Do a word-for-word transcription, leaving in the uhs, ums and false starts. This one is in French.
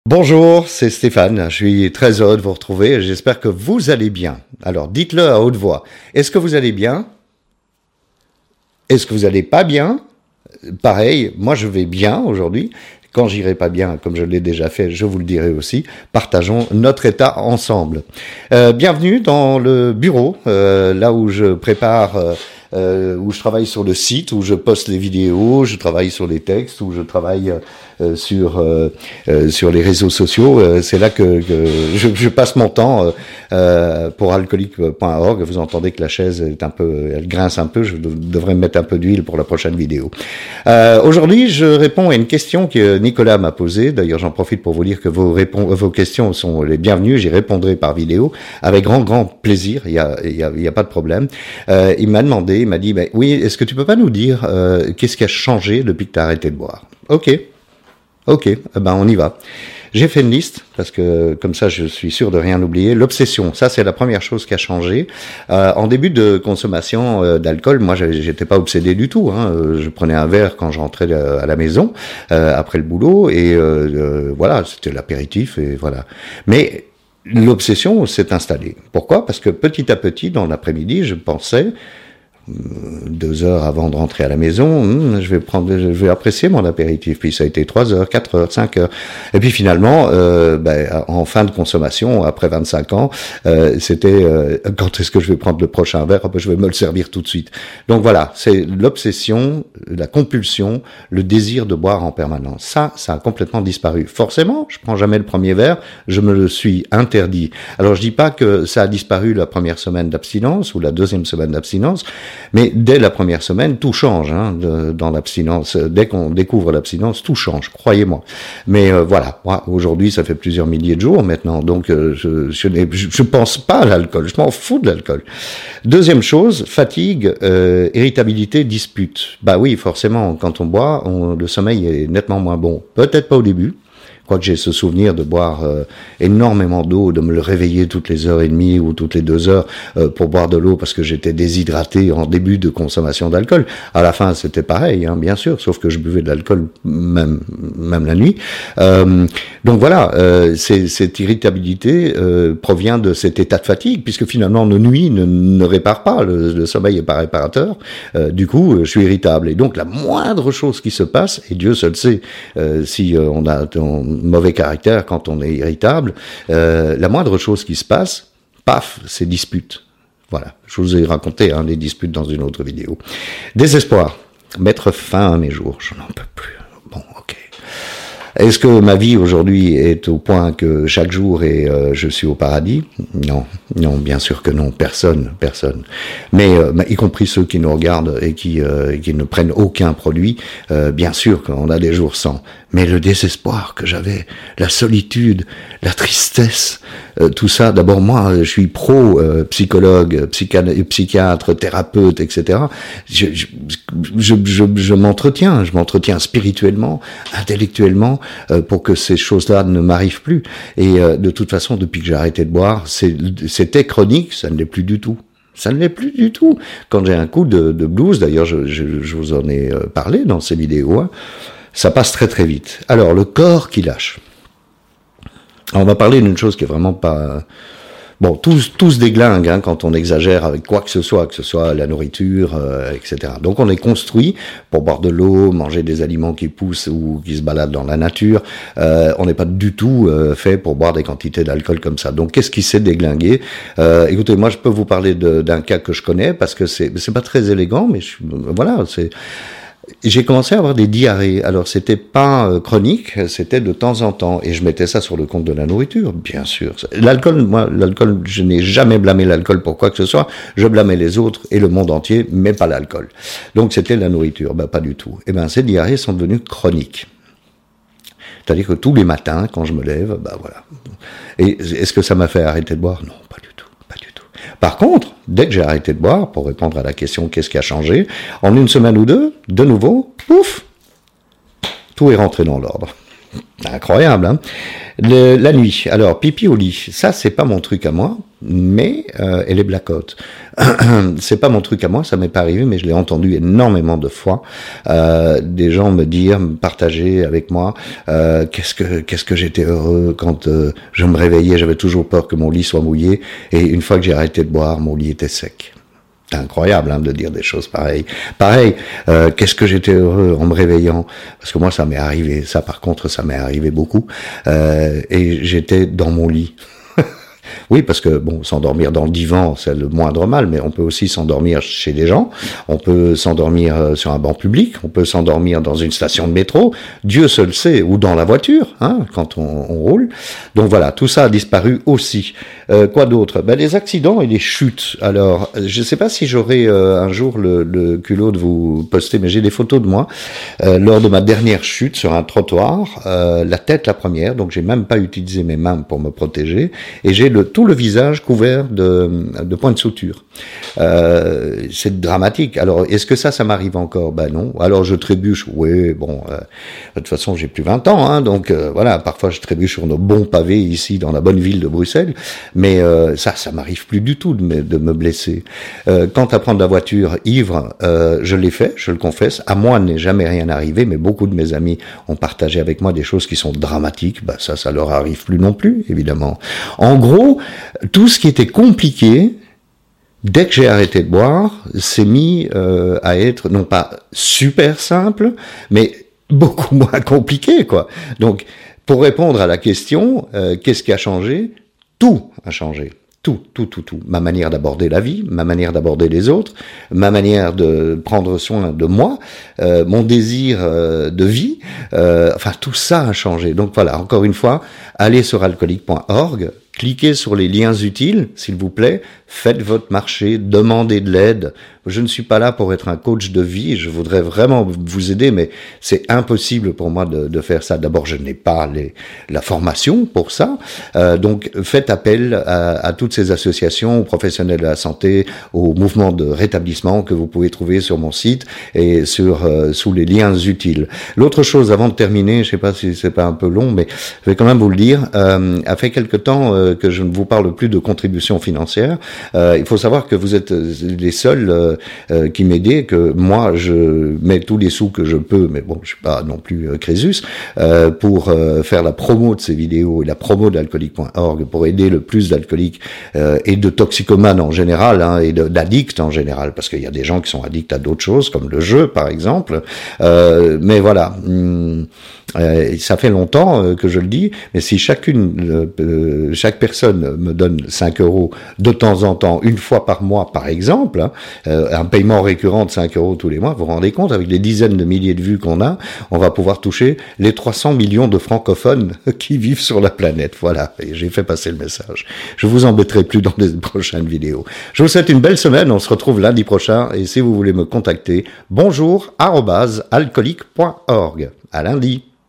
Bonjour, c'est Stéphane, je suis très heureux de vous retrouver et j'espère que vous allez bien. Alors dites-le à haute voix, est-ce que vous allez bien? Est-ce que vous allez pas bien? Pareil, moi je vais bien aujourd'hui. Quand j'irai pas bien, comme je l'ai déjà fait, je vous le dirai aussi. Partageons notre état ensemble. Euh, bienvenue dans le bureau, euh, là où je prépare... Euh, Euh, où je travaille sur le site, où je poste les vidéos, je travaille sur les textes, où je travaille euh, sur euh, euh, sur les réseaux sociaux. Euh, c'est là que, que je, je passe mon temps. Euh, pour alcoolique point org, vous entendez que la chaise est un peu, elle grince un peu. Je devrais mettre un peu d'huile pour la prochaine vidéo. Euh, aujourd'hui, je réponds à une question que Nicolas m'a posée. D'ailleurs, j'en profite pour vous dire que vos, répons- vos questions sont les bienvenues. J'y répondrai par vidéo avec grand grand plaisir. Il y a il y a, il y a pas de problème. Euh, il m'a demandé. Il m'a dit, ben, oui, est-ce que tu peux pas nous dire euh, qu'est-ce qui a changé depuis que tu as arrêté de boire? Ok, ok, eh ben on y va. J'ai fait une liste, parce que comme ça je suis sûr de rien oublier. L'obsession, ça c'est la première chose qui a changé. Euh, en début de consommation euh, d'alcool, moi j'étais pas obsédé du tout. Hein. Je prenais un verre quand je rentrais à la maison, euh, après le boulot, et euh, euh, voilà, c'était l'apéritif, et voilà. Mais l'obsession s'est installée. Pourquoi? Parce que petit à petit, dans l'après-midi, je pensais... deux heures avant de rentrer à la maison, hum, je vais prendre, je vais apprécier mon apéritif. Puis ça a été trois heures, quatre heures, cinq heures. Et puis finalement, euh, ben, en fin de consommation, après vingt-cinq ans, euh, c'était euh, quand est-ce que je vais prendre le prochain verre? Je vais me le servir tout de suite. Donc voilà, c'est l'obsession, la compulsion, le désir de boire en permanence. Ça, ça a complètement disparu. Forcément, je prends jamais le premier verre, je me le suis interdit. Alors je dis pas que ça a disparu la première semaine d'abstinence ou la deuxième semaine d'abstinence. Mais dès la première semaine, tout change hein, de, dans l'abstinence. Dès qu'on découvre l'abstinence, tout change, croyez-moi. Mais euh, voilà, moi, aujourd'hui, ça fait plusieurs milliers de jours maintenant, donc euh, je, je, je, je pense pas à l'alcool, je m'en fous de l'alcool. Deuxième chose, fatigue, euh, irritabilité, dispute. Bah oui, forcément, quand on boit, on, le sommeil est nettement moins bon. Peut-être pas au début. Quoique j'ai ce souvenir de boire euh, énormément d'eau, de me le réveiller toutes les heures et demie ou toutes les deux heures euh, pour boire de l'eau parce que j'étais déshydraté en début de consommation d'alcool. À la fin, c'était pareil, hein, bien sûr, sauf que je buvais de l'alcool même même la nuit. Euh, donc voilà, euh, c'est, cette irritabilité euh, provient de cet état de fatigue, puisque finalement nos nuits ne, ne réparent pas, le, le sommeil est pas réparateur. Euh, du coup, je suis irritable. Et donc la moindre chose qui se passe, et Dieu seul sait euh, si euh, on a on, mauvais caractère quand on est irritable, euh, la moindre chose qui se passe, paf, c'est dispute. Voilà, je vous ai raconté hein, les disputes dans une autre vidéo. Désespoir, mettre fin à mes jours, je n'en peux plus. Bon, ok. Est-ce que ma vie aujourd'hui est au point que chaque jour est, euh, je suis au paradis? Non, non, bien sûr que non, personne, personne. Mais euh, y compris ceux qui nous regardent et qui, euh, qui ne prennent aucun produit, euh, bien sûr qu'on a des jours sans. Mais le désespoir que j'avais, la solitude, la tristesse, euh, tout ça. D'abord moi, je suis pro euh, psychologue, psychiatre, psychiatre, thérapeute, et cetera. Je, je, je, je, je m'entretiens, je m'entretiens spirituellement, intellectuellement, euh, pour que ces choses-là ne m'arrivent plus. Et euh, de toute façon, depuis que j'ai arrêté de boire, c'est, c'était chronique, ça ne l'est plus du tout. Ça ne l'est plus du tout. Quand j'ai un coup de, de blues, d'ailleurs, je, je, je vous en ai parlé dans ces vidéos, hein, ça passe très très vite. Alors, le corps qui lâche. Alors, on va parler d'une chose qui est vraiment pas... Bon, tous, tous déglinguent hein, quand on exagère avec quoi que ce soit, que ce soit la nourriture, euh, et cetera. Donc, on est construit pour boire de l'eau, manger des aliments qui poussent ou qui se baladent dans la nature. Euh, on n'est pas du tout euh, fait pour boire des quantités d'alcool comme ça. Donc, qu'est-ce qui s'est déglingué? euh, Écoutez, moi, je peux vous parler de, d'un cas que je connais parce que c'est, c'est pas très élégant, mais je, voilà, c'est... J'ai commencé à avoir des diarrhées. Alors, c'était pas euh, chronique, c'était de temps en temps. Et je mettais ça sur le compte de la nourriture, bien sûr. L'alcool, moi, l'alcool, je n'ai jamais blâmé l'alcool pour quoi que ce soit. Je blâmais les autres et le monde entier, mais pas l'alcool. Donc, c'était la nourriture. Ben, pas du tout. Et ben, ces diarrhées sont devenues chroniques. C'est-à-dire que tous les matins, quand je me lève, ben voilà. Et est-ce que ça m'a fait arrêter de boire? Non, pas du tout. Pas du tout. Par contre, dès que j'ai arrêté de boire, pour répondre à la question qu'est-ce qui a changé, en une semaine ou deux, de nouveau, pouf, tout est rentré dans l'ordre. Incroyable, hein. Le, la nuit, alors pipi au lit, ça c'est pas mon truc à moi, mais euh, et les blackouts, c'est pas mon truc à moi, ça m'est pas arrivé, mais je l'ai entendu énormément de fois. Euh, des gens me dire, me partager avec moi, euh, qu'est-ce que qu'est-ce que j'étais heureux quand euh, je me réveillais, j'avais toujours peur que mon lit soit mouillé, et une fois que j'ai arrêté de boire, mon lit était sec. C'est incroyable hein, de dire des choses pareilles. Pareil, euh, qu'est-ce que j'étais heureux en me réveillant, parce que moi ça m'est arrivé, ça par contre ça m'est arrivé beaucoup, euh, et j'étais dans mon lit. Oui, parce que bon, s'endormir dans le divan, c'est le moindre mal, mais on peut aussi s'endormir chez des gens, on peut s'endormir sur un banc public, on peut s'endormir dans une station de métro, Dieu seul sait, ou dans la voiture, hein, quand on, on roule. Donc voilà, tout ça a disparu aussi. Euh, quoi d'autre? Ben, les accidents et les chutes. Alors, je ne sais pas si j'aurai euh, un jour le, le culot de vous poster, mais j'ai des photos de moi euh, lors de ma dernière chute sur un trottoir, euh, la tête la première, donc j'ai même pas utilisé mes mains pour me protéger, et j'ai le tout le visage couvert de, de points de suture. Euh, c'est dramatique. Alors, est-ce que ça, ça m'arrive encore? Ben non. Alors, je trébuche. Oui, bon, euh, de toute façon, j'ai plus vingt ans, hein, donc euh, voilà, parfois je trébuche sur nos bons pavés ici, dans la bonne ville de Bruxelles, mais euh, ça, ça m'arrive plus du tout de me, de me blesser. Euh, quant à prendre la voiture ivre, euh, je l'ai fait, je le confesse. À moi, n'est jamais rien arrivé, mais beaucoup de mes amis ont partagé avec moi des choses qui sont dramatiques. Ben ça, ça leur arrive plus non plus, évidemment. En gros, tout ce qui était compliqué, dès que j'ai arrêté de boire, s'est mis euh, à être, non pas super simple, mais beaucoup moins compliqué, quoi. Donc, pour répondre à la question, euh, qu'est-ce qui a changé? Tout a changé. Tout, tout, tout, tout. Ma manière d'aborder la vie, ma manière d'aborder les autres, ma manière de prendre soin de moi, euh, mon désir euh, de vie, euh, enfin tout ça a changé. Donc voilà, encore une fois, allez sur alcoolique point org, cliquez sur les liens utiles, s'il vous plaît, faites votre marché, demandez de l'aide. Je ne suis pas là pour être un coach de vie, je voudrais vraiment vous aider, mais c'est impossible pour moi de, de faire ça. D'abord, je n'ai pas les, la formation pour ça, euh, donc faites appel à, à toutes ces associations, aux professionnels de la santé, aux mouvements de rétablissement que vous pouvez trouver sur mon site et sur euh, sous les liens utiles. L'autre chose, avant de terminer, je ne sais pas si c'est pas un peu long, mais je vais quand même vous le dire, euh, a fait quelque temps euh, que je ne vous parle plus de contribution financière. Euh, il faut savoir que vous êtes les seuls euh, euh, qui m'aidaient, que moi je mets tous les sous que je peux, mais bon, je suis pas non plus euh, Crésus, euh, pour euh, faire la promo de ces vidéos et la promo d'alcoolique point org pour aider le plus d'alcooliques euh, et de toxicomanes en général, hein, et d'addicts en général, parce qu'il y a des gens qui sont addicts à d'autres choses, comme le jeu par exemple. Euh, mais voilà. Hum, Euh, ça fait longtemps euh, que je le dis, mais si chacune, euh, chaque personne me donne cinq euros de temps en temps, une fois par mois par exemple, hein, euh, un paiement récurrent de cinq euros tous les mois, vous vous rendez compte, avec les dizaines de milliers de vues qu'on a, on va pouvoir toucher les trois cents millions de francophones qui vivent sur la planète. Voilà, et j'ai fait passer le message. Je vous embêterai plus dans les prochaines vidéos. Je vous souhaite une belle semaine, on se retrouve lundi prochain, et si vous voulez me contacter, bonjour arobase alcoolique point org. À lundi.